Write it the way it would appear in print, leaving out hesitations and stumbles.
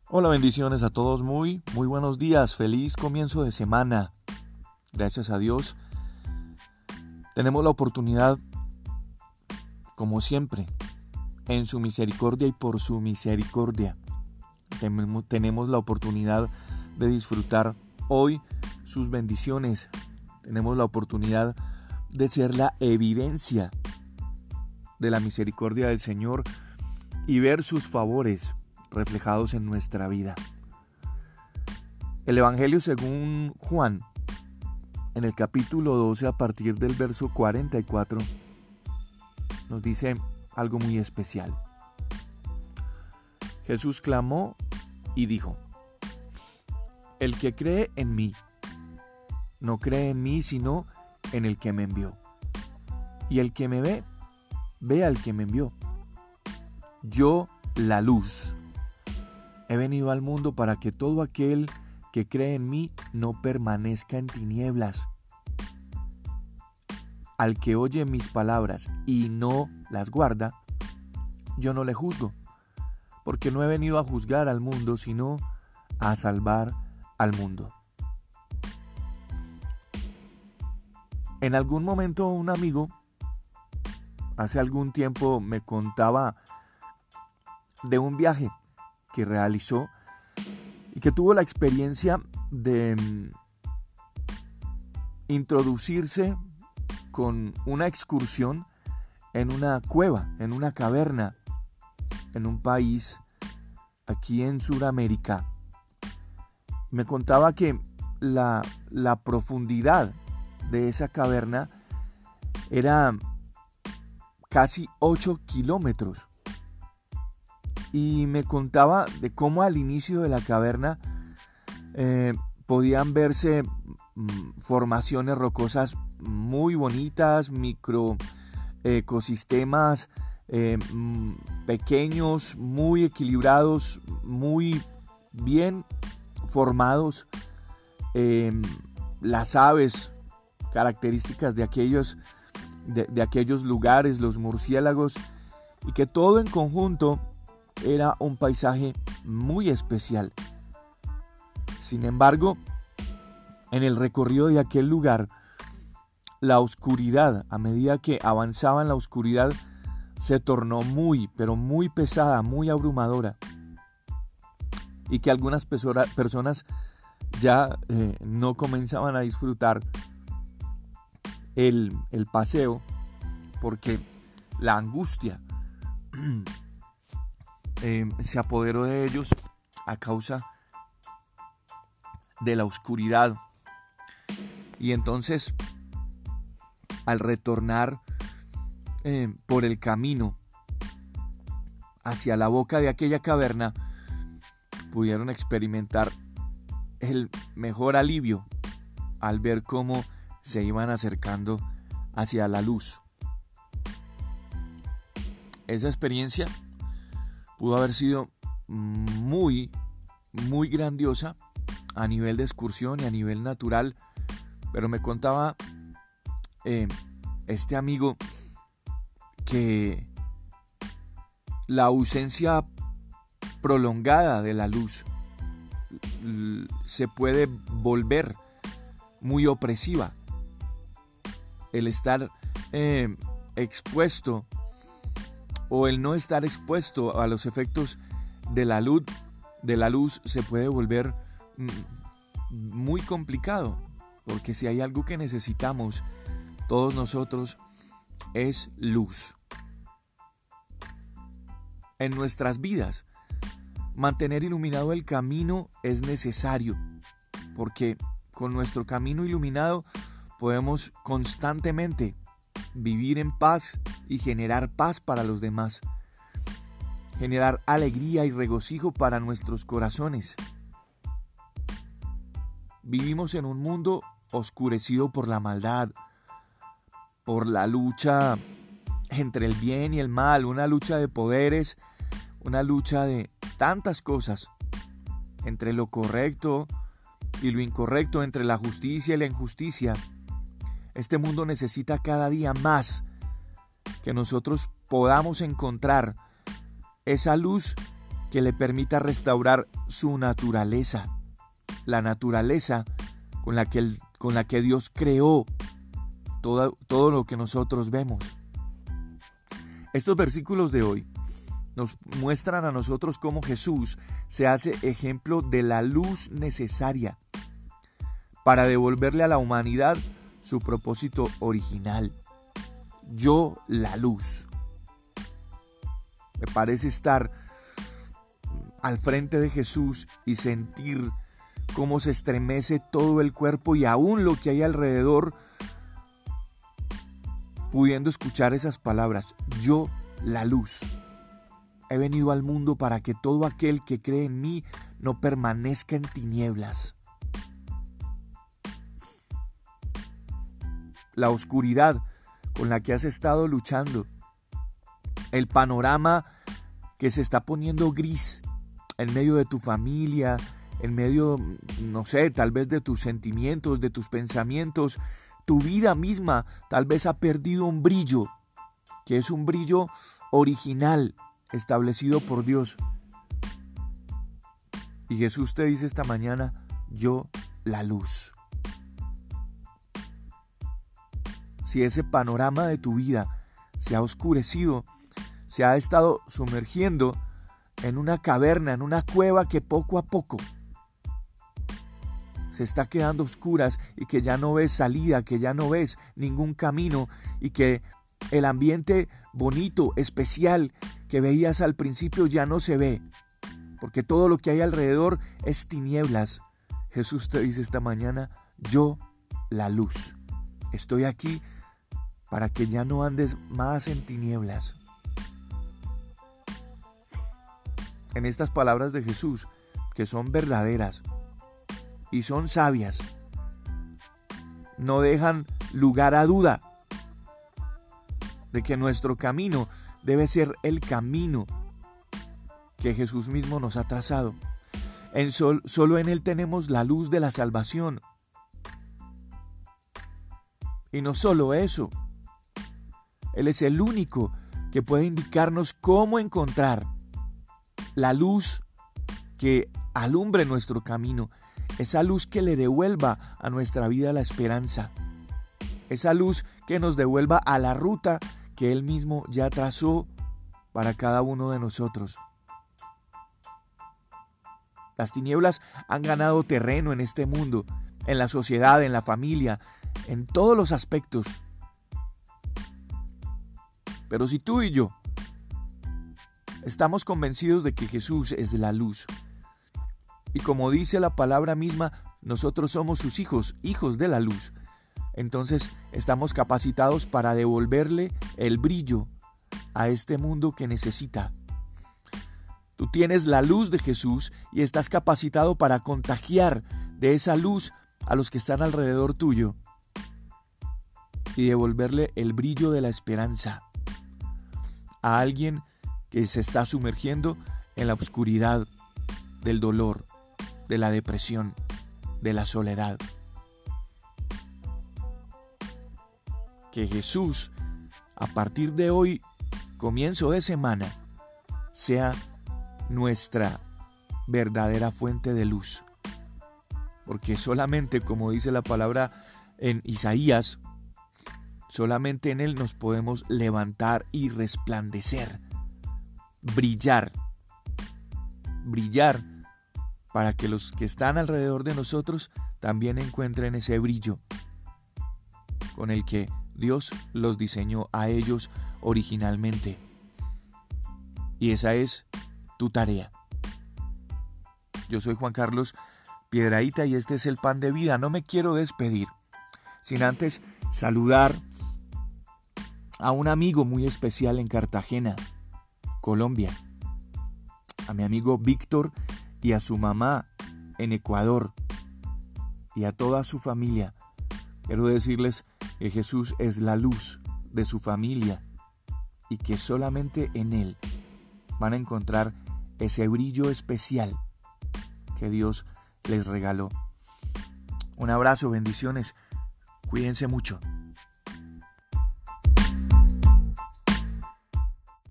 Hola, bendiciones a todos, muy buenos días, feliz comienzo de semana. Gracias a Dios tenemos la oportunidad, como siempre, en su misericordia y por su misericordia. Tenemos la oportunidad de disfrutar hoy sus bendiciones. Tenemos la oportunidad de ser la evidencia de la misericordia del Señor y ver sus favores reflejados en nuestra vida. El Evangelio según Juan, en el capítulo 12, a partir del verso 44, nos dice algo muy especial. Jesús clamó y dijo: el que cree en mí, no cree en mí, sino en el que me envió. Y el que me ve, ve al que me envió. Yo, la luz, he venido al mundo para que todo aquel que cree en mí no permanezca en tinieblas. Al que oye mis palabras y no las guarda, yo no le juzgo, porque no he venido a juzgar al mundo, sino a salvar al mundo. En algún momento un amigo, hace algún tiempo, me contaba de un viaje que realizó y que tuvo la experiencia de introducirse con una excursión en una cueva, en una caverna, en un país aquí en Sudamérica. Me contaba que la profundidad de esa caverna era casi 8 kilómetros. Y me contaba de cómo al inicio de la caverna podían verse formaciones rocosas muy bonitas, ecosistemas pequeños, muy equilibrados, muy bien formados, las aves, características de aquellos lugares, los murciélagos, y que todo en conjunto era un paisaje muy especial. Sin embargo, en el recorrido de aquel lugar, la oscuridad, a medida que avanzaba en la oscuridad, se tornó pero muy pesada, muy abrumadora. Y que algunas personas ya no comenzaban a disfrutar el paseo, porque la angustia se apoderó de ellos a causa de la oscuridad. Y entonces, al retornar por el camino hacia la boca de aquella caverna, pudieron experimentar el mejor alivio al ver cómo se iban acercando hacia la luz. Esa experiencia pudo haber sido muy grandiosa a nivel de excursión y a nivel natural, pero me contaba este amigo que la ausencia prolongada de la luz se puede volver muy opresiva. El estar expuesto o el no estar expuesto a los efectos de la luz se puede volver muy complicado, porque si hay algo que necesitamos todos nosotros es luz. En nuestras vidas, mantener iluminado el camino es necesario, porque con nuestro camino iluminado podemos constantemente vivir en paz y generar paz para los demás, generar alegría y regocijo para nuestros corazones. Vivimos en un mundo oscurecido por la maldad, por la lucha entre el bien y el mal, una lucha de poderes, una lucha de tantas cosas, entre lo correcto y lo incorrecto, entre la justicia y la injusticia. Este mundo necesita cada día más que nosotros podamos encontrar esa luz que le permita restaurar su naturaleza, la naturaleza con la que Dios creó todo lo que nosotros vemos. Estos versículos de hoy nos muestran a nosotros cómo Jesús se hace ejemplo de la luz necesaria para devolverle a la humanidad su propósito original. Yo, la luz. Me parece estar al frente de Jesús y sentir cómo se estremece todo el cuerpo y aún lo que hay alrededor, pudiendo escuchar esas palabras. Yo, la luz. He venido al mundo para que todo aquel que cree en mí no permanezca en tinieblas. La oscuridad con la que has estado luchando, el panorama que se está poniendo gris en medio de tu familia, en medio, no sé, tal vez de tus sentimientos, de tus pensamientos, tu vida misma tal vez ha perdido un brillo, que es un brillo original, establecido por Dios. Y Jesús te dice esta mañana, yo, la luz. Si ese panorama de tu vida se ha oscurecido, se ha estado sumergiendo en una caverna, en una cueva que poco a poco se está quedando oscuras y que ya no ves salida, que ya no ves ningún camino y que el ambiente bonito, especial que veías al principio ya no se ve, porque todo lo que hay alrededor es tinieblas. Jesús te dice esta mañana, yo, la luz, estoy aquí para que ya no andes más en tinieblas. En estas palabras de Jesús, que son verdaderas y son sabias, no dejan lugar a duda de que nuestro camino debe ser el camino que Jesús mismo nos ha trazado. Solo en Él tenemos la luz de la salvación. Y no solo eso, Él es el único que puede indicarnos cómo encontrar la luz que alumbre nuestro camino, esa luz que le devuelva a nuestra vida la esperanza, esa luz que nos devuelva a la ruta que Él mismo ya trazó para cada uno de nosotros. Las tinieblas han ganado terreno en este mundo, en la sociedad, en la familia, en todos los aspectos. Pero si tú y yo estamos convencidos de que Jesús es la luz, y como dice la palabra misma, nosotros somos sus hijos, hijos de la luz, entonces estamos capacitados para devolverle el brillo a este mundo que necesita. Tú tienes la luz de Jesús y estás capacitado para contagiar de esa luz a los que están alrededor tuyo y devolverle el brillo de la esperanza a alguien que se está sumergiendo en la oscuridad del dolor, de la depresión, de la soledad. Que Jesús, a partir de hoy, comienzo de semana, sea nuestra verdadera fuente de luz. Porque solamente, como dice la palabra en Isaías, solamente en Él nos podemos levantar y resplandecer, brillar para que los que están alrededor de nosotros también encuentren ese brillo con el que Dios los diseñó a ellos originalmente. Y esa es tu tarea. Yo soy Juan Carlos Piedrahíta y este es el Pan de Vida. No me quiero despedir sin antes saludar a un amigo muy especial en Cartagena, Colombia, a mi amigo Víctor y a su mamá en Ecuador y a toda su familia. Quiero decirles que Jesús es la luz de su familia y que solamente en Él van a encontrar ese brillo especial que Dios les regaló. Un abrazo, bendiciones, cuídense mucho.